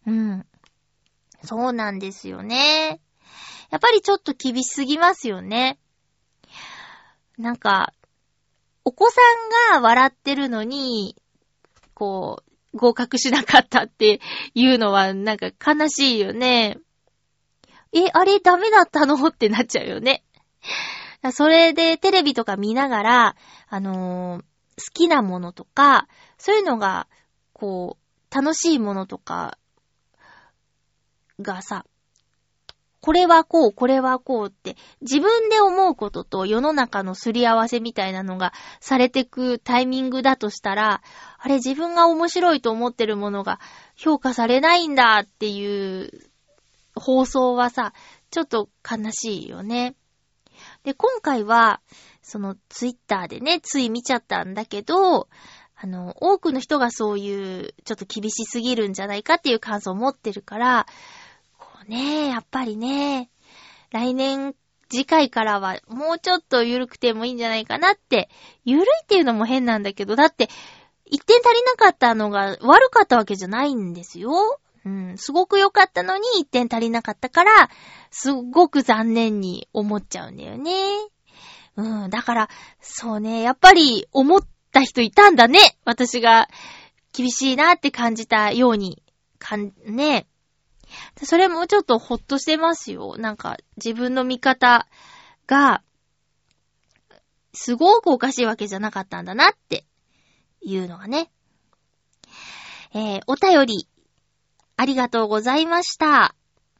そうなんですよね。やっぱりちょっと厳しすぎますよね。なんか、お子さんが笑ってるのに、合格しなかったっていうのはなんか悲しいよね。あれダメだったのってなっちゃうよね。それでテレビとか見ながら、好きなものとか、そういうのが、楽しいものとかがさ、これはこうって自分で思うことと世の中のすり合わせみたいなのがされてくタイミングだとしたら、あれ自分が面白いと思ってるものが評価されないんだっていう放送はさ、ちょっと悲しいよね。で、今回はそのツイッターでね、つい見ちゃったんだけど、多くの人がそういうちょっと厳しすぎるんじゃないかっていう感想を持ってるから、やっぱりね、次回からはもうちょっと緩くてもいいんじゃないかなって、緩いっていうのも変なんだけど、だって、1点足りなかったのが悪かったわけじゃないんですよ。すごく良かったのに1点足りなかったから、すごく残念に思っちゃうんだよね。だから、そうね、やっぱり思った人いたんだね。私が厳しいなって感じたように、ね。それもちょっとほっとしてますよ。なんか自分の見方がすごくおかしいわけじゃなかったんだなっていうのがね。お便りありがとうございました。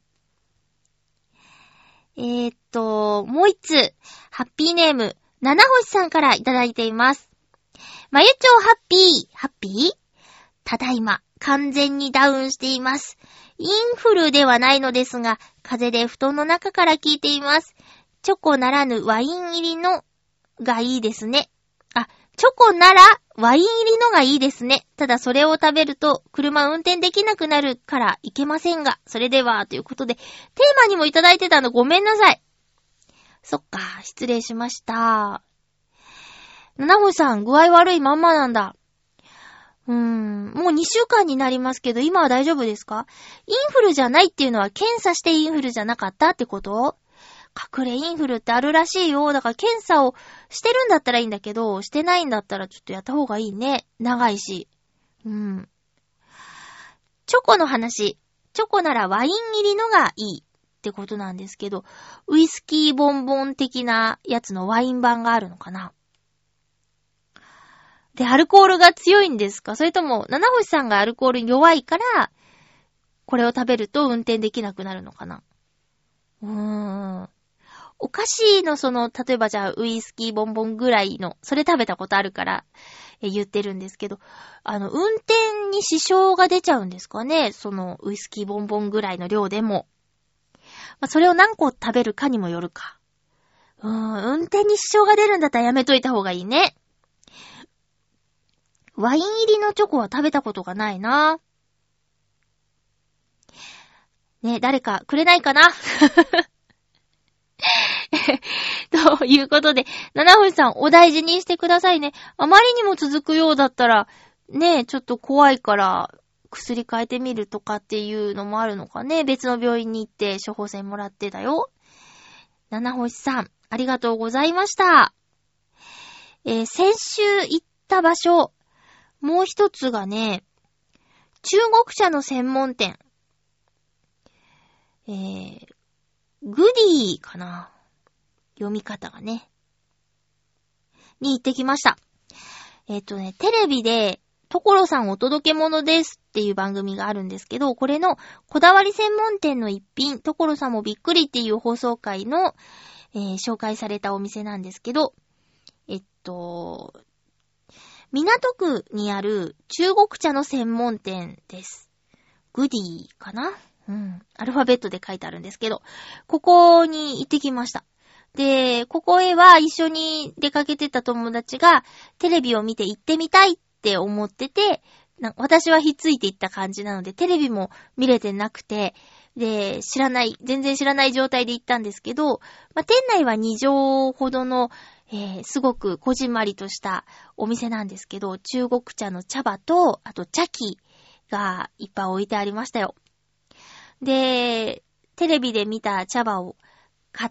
もう一つハッピーネーム七星さんからいただいています。まゆちょハッピーただいま完全にダウンしています。インフルではないのですが、風邪で布団の中から聞いています。チョコならぬワイン入りのがいいですね。チョコならワイン入りのがいいですね。ただそれを食べると車運転できなくなるからいけませんが、それではということで、テーマにもいただいてたのごめんなさい。そっか、失礼しました。七星さん、具合悪いまんまなんだ。もう2週間になりますけど、今は大丈夫ですか？インフルじゃないっていうのは検査してインフルじゃなかったってこと？隠れインフルってあるらしいよ。だから検査をしてるんだったらいいんだけど、してないんだったらちょっとやった方がいいね。長いし。チョコの話。チョコならワイン入りのがいいってことなんですけど、ウイスキーボンボン的なやつのワイン版があるのかな？で、アルコールが強いんですか？それとも、七星さんがアルコールに弱いから、これを食べると運転できなくなるのかな？お菓子の例えばじゃあ、ウイスキーボンボンぐらいの、それ食べたことあるから、言ってるんですけど、運転に支障が出ちゃうんですかね？ウイスキーボンボンぐらいの量でも。それを何個食べるかにもよるか。運転に支障が出るんだったらやめといた方がいいね。ワイン入りのチョコは食べたことがないな。 ね、誰かくれないかなということで、七星さんお大事にしてくださいね。あまりにも続くようだったら、ね、ちょっと怖いから薬変えてみるとかっていうのもあるのかね。別の病院に行って処方箋もらってだよ。七星さん、ありがとうございました。先週行った場所、もう一つがね、中国茶の専門店。グディかな。読み方がね。に行ってきました。テレビで、所さんお届け物ですっていう番組があるんですけど、これのこだわり専門店の一品、所さんもびっくりっていう放送回の、紹介されたお店なんですけど、港区にある中国茶の専門店です。グディかな？アルファベットで書いてあるんですけど、ここに行ってきました。で、ここへは一緒に出かけてた友達がテレビを見て行ってみたいって思ってて、私はひっついていった感じなので、テレビも見れてなくて、で、全然知らない状態で行ったんですけど、店内は2畳ほどの、すごくこじんまりとしたお店なんですけど、中国茶の茶葉と、あと茶器がいっぱい置いてありましたよ。で、テレビで見た茶葉を買って、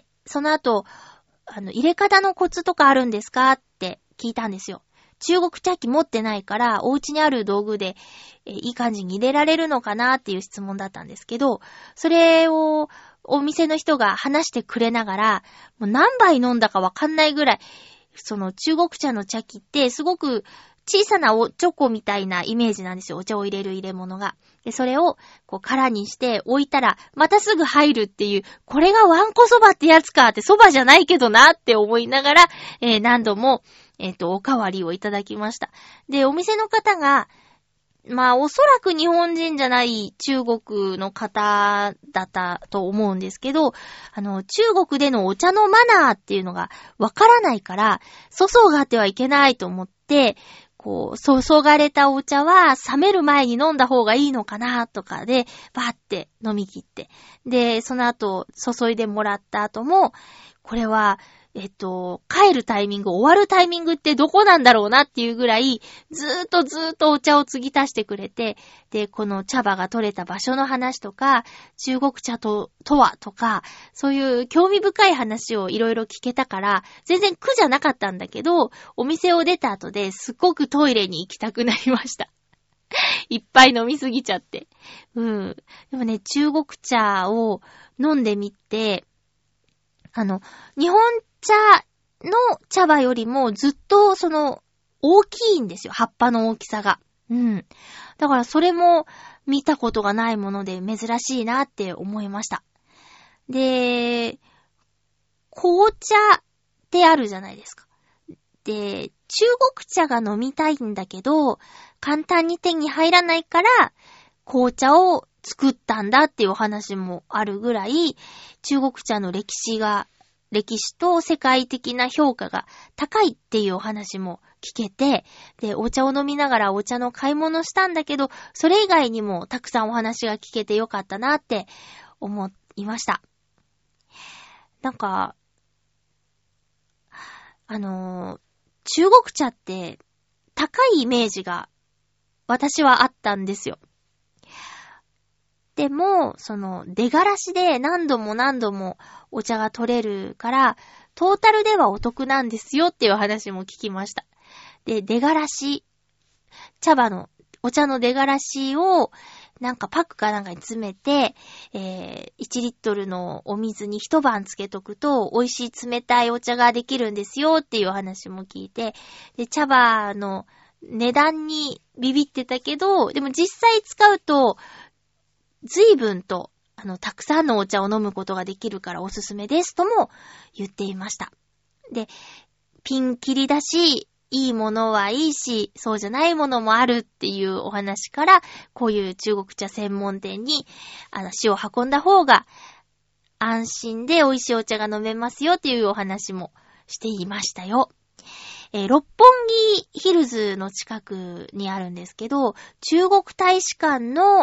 その後、入れ方のコツとかあるんですかって聞いたんですよ。中国茶器持ってないから、お家にある道具で、いい感じに入れられるのかなっていう質問だったんですけど、それをお店の人が話してくれながら、もう何杯飲んだかわかんないぐらい、その中国茶の茶器ってすごく小さなおチョコみたいなイメージなんですよ。お茶を入れる入れ物が。で、それをこう空にして置いたらまたすぐ入るっていう、これがワンコそばってやつかって、そばじゃないけどなって思いながら、何度もおかわりをいただきました。で、お店の方がおそらく日本人じゃない中国の方だったと思うんですけど、中国でのお茶のマナーっていうのがわからないから、注がってはいけないと思って、こう、注がれたお茶は冷める前に飲んだ方がいいのかなとかで、バーって飲み切って。で、その後、注いでもらった後も、これは、帰るタイミング、終わるタイミングってどこなんだろうなっていうぐらい、ずーっとお茶を継ぎ足してくれて、で、この茶葉が取れた場所の話とか、中国茶とはとか、そういう興味深い話をいろいろ聞けたから、全然苦じゃなかったんだけど、お店を出た後ですっごくトイレに行きたくなりました。いっぱい飲みすぎちゃって。でもね、中国茶を飲んでみて、日本茶の茶葉よりもずっと大きいんですよ。葉っぱの大きさが。だからそれも見たことがないもので珍しいなって思いました。で、紅茶ってあるじゃないですか。で、中国茶が飲みたいんだけど、簡単に手に入らないから、紅茶を作ったんだっていうお話もあるぐらい、中国茶の歴史と世界的な評価が高いっていうお話も聞けて、で、お茶を飲みながらお茶の買い物したんだけど、それ以外にもたくさんお話が聞けてよかったなって思いました。なんか、中国茶って高いイメージが私はあったんですよ。でも、出がらしで何度もお茶が取れるから、トータルではお得なんですよっていう話も聞きました。で、出がらし、お茶の出がらしを、なんかパックかなんかに詰めて、1リットルのお水に一晩つけとくと、美味しい冷たいお茶ができるんですよっていう話も聞いて、で、茶葉の値段にビビってたけど、でも実際使うと、随分と、たくさんのお茶を飲むことができるからおすすめですとも言っていました。で、ピンキリだし、いいものはいいし、そうじゃないものもあるっていうお話から、こういう中国茶専門店に足を運んだ方が安心で美味しいお茶が飲めますよっていうお話もしていましたよ。六本木ヒルズの近くにあるんですけど、中国大使館の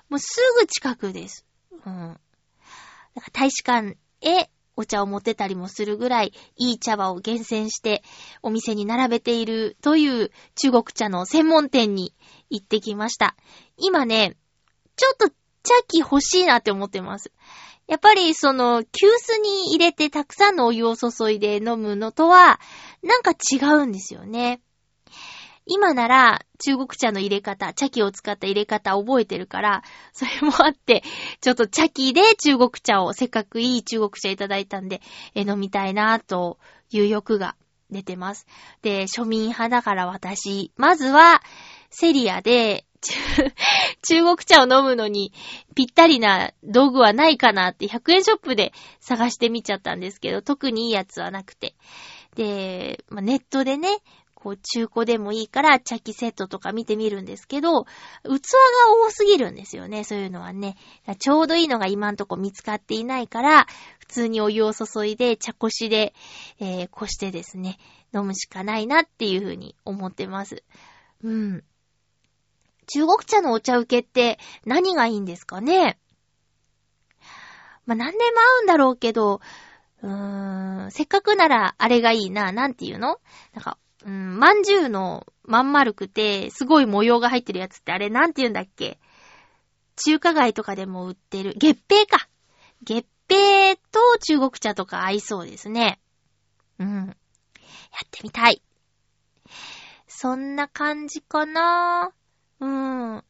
もうすぐ近くです。だから大使館へお茶を持ってたりもするぐらいいい茶葉を厳選してお店に並べているという中国茶の専門店に行ってきました。今ね、ちょっと茶器欲しいなって思ってます。やっぱり急須に入れてたくさんのお湯を注いで飲むのとはなんか違うんですよね。今なら中国茶の入れ方、茶器を使った入れ方覚えてるから、それもあって、ちょっと茶器で中国茶をせっかくいい中国茶いただいたんで、飲みたいなという欲が出てます。で、庶民派だから私、まずはセリアで中国茶を飲むのにぴったりな道具はないかなって100円ショップで探してみちゃったんですけど、特にいいやつはなくて。で、ネットでね、中古でもいいから茶器セットとか見てみるんですけど、器が多すぎるんですよね、そういうのはね。ちょうどいいのが今んとこ見つかっていないから、普通にお湯を注いで茶こしで、こしてですね、飲むしかないなっていうふうに思ってます。中国茶のお茶受けって何がいいんですかね。何でも合うんだろうけど、せっかくならあれがいいな、なんていうの？なんか、まんじゅうのまん丸くて、すごい模様が入ってるやつってあれなんて言うんだっけ？中華街とかでも売ってる。月餅か。月餅と中国茶とか合いそうですね。やってみたい。そんな感じかな。お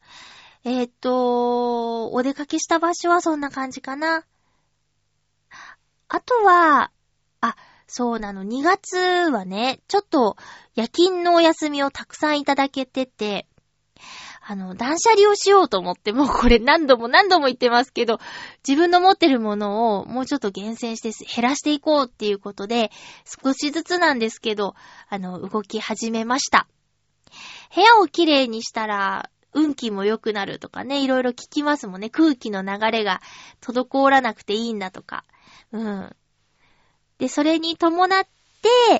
出かけした場所はそんな感じかな。あとは、そうなの、2月はね、ちょっと夜勤のお休みをたくさんいただけてて、断捨離をしようと思って、もうこれ何度も言ってますけど、自分の持ってるものをもうちょっと厳選して減らしていこうっていうことで、少しずつなんですけど、動き始めました。部屋をきれいにしたら、運気も良くなるとかね、いろいろ聞きますもんね。空気の流れが滞らなくていいんだとか。で、それに伴って、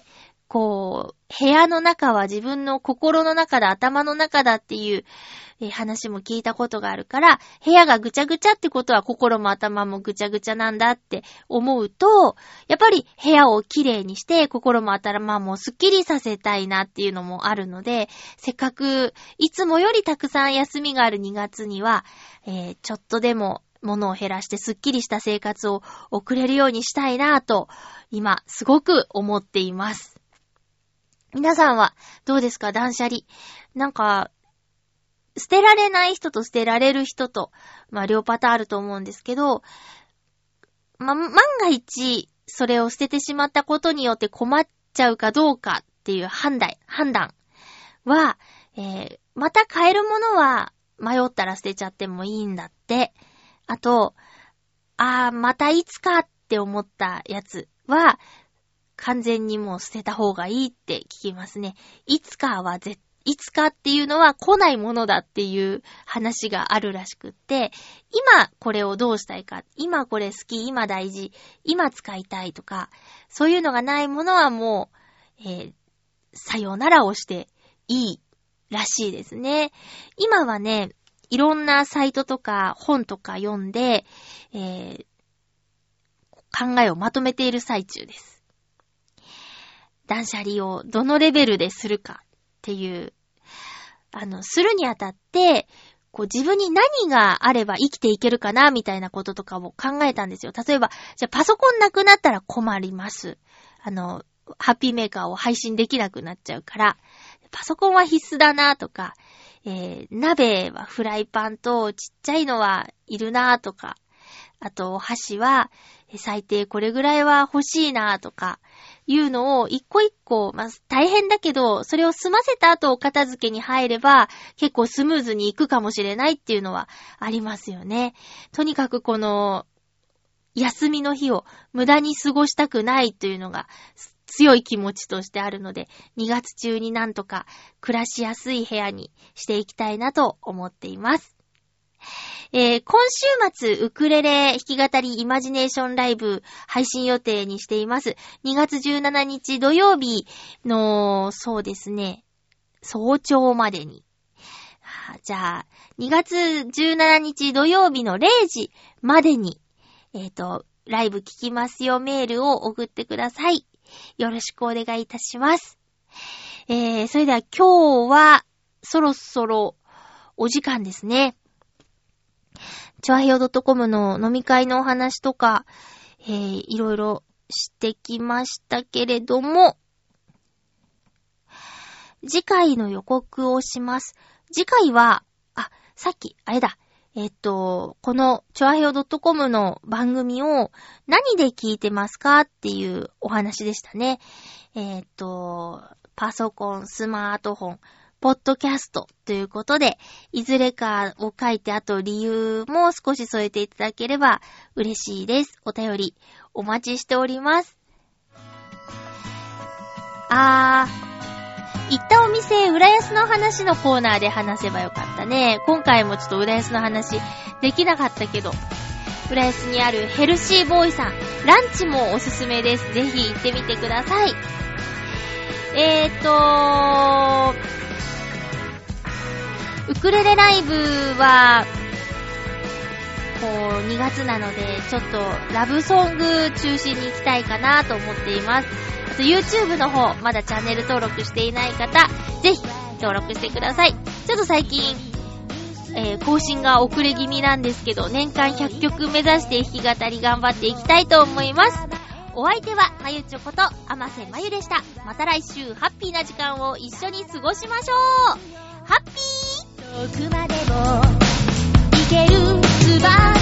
部屋の中は自分の心の中だ、頭の中だっていう、話も聞いたことがあるから、部屋がぐちゃぐちゃってことは心も頭もぐちゃぐちゃなんだって思うと、やっぱり部屋をきれいにして心も頭もすっきりさせたいなっていうのもあるので、せっかくいつもよりたくさん休みがある2月には、ちょっとでも物を減らしてすっきりした生活を送れるようにしたいなぁと、今すごく思っています。皆さんはどうですか？断捨離。なんか、捨てられない人と捨てられる人と、両パターンあると思うんですけど、万が一、それを捨ててしまったことによって困っちゃうかどうかっていう判断は、また買えるものは迷ったら捨てちゃってもいいんだって。あと、またいつかって思ったやつは、完全にもう捨てた方がいいって聞きますね。いつかっていうのは来ないものだっていう話があるらしくって、今これをどうしたいか、今これ好き、今大事、今使いたいとか、そういうのがないものはもう、さようならをしていいらしいですね。今はね、いろんなサイトとか本とか読んで、考えをまとめている最中です。断捨離をどのレベルでするかっていう、するにあたって、自分に何があれば生きていけるかなみたいなこととかも考えたんですよ。例えば、じゃあパソコンなくなったら困ります。ハッピーメーカーを配信できなくなっちゃうから、パソコンは必須だなとか、鍋はフライパンとちっちゃいのはいるなとか、あと箸は最低これぐらいは欲しいなとかいうのを一個一個、大変だけどそれを済ませた後お片付けに入れば結構スムーズにいくかもしれないっていうのはありますよね。とにかくこの休みの日を無駄に過ごしたくないというのが強い気持ちとしてあるので、2月中になんとか暮らしやすい部屋にしていきたいなと思っています。今週末ウクレレ弾き語りイマジネーションライブ配信予定にしています。2月17日土曜日のそうですね、早朝までにじゃあ、2月17日土曜日の0時までに、ライブ聞きますよメールを送ってください。よろしくお願いいたします。それでは今日は、そろそろお時間ですね。チョアヘオ.com の飲み会のお話とか、いろいろしてきましたけれども、次回の予告をします。次回は、さっき、あれだ。この、チョアヘオ.com の番組を何で聞いてますかっていうお話でしたね。パソコン、スマートフォン、ポッドキャストということで、いずれかを書いて、あと理由も少し添えていただければ嬉しいです。お便りお待ちしております。行ったお店、浦安の話のコーナーで話せばよかったね。今回もちょっと浦安の話できなかったけど、浦安にあるヘルシーボーイさん、ランチもおすすめです。ぜひ行ってみてください。ウクレレライブは、2月なので、ちょっとラブソング中心に行きたいかなと思っています。あと YouTube の方、まだチャンネル登録していない方、ぜひ登録してください。ちょっと最近、更新が遅れ気味なんですけど、年間100曲目指して弾き語り頑張っていきたいと思います。お相手はまゆちょこと甘瀬まゆでした。また来週ハッピーな時間を一緒に過ごしましょう。ハッピー！遠くまでも行ける翼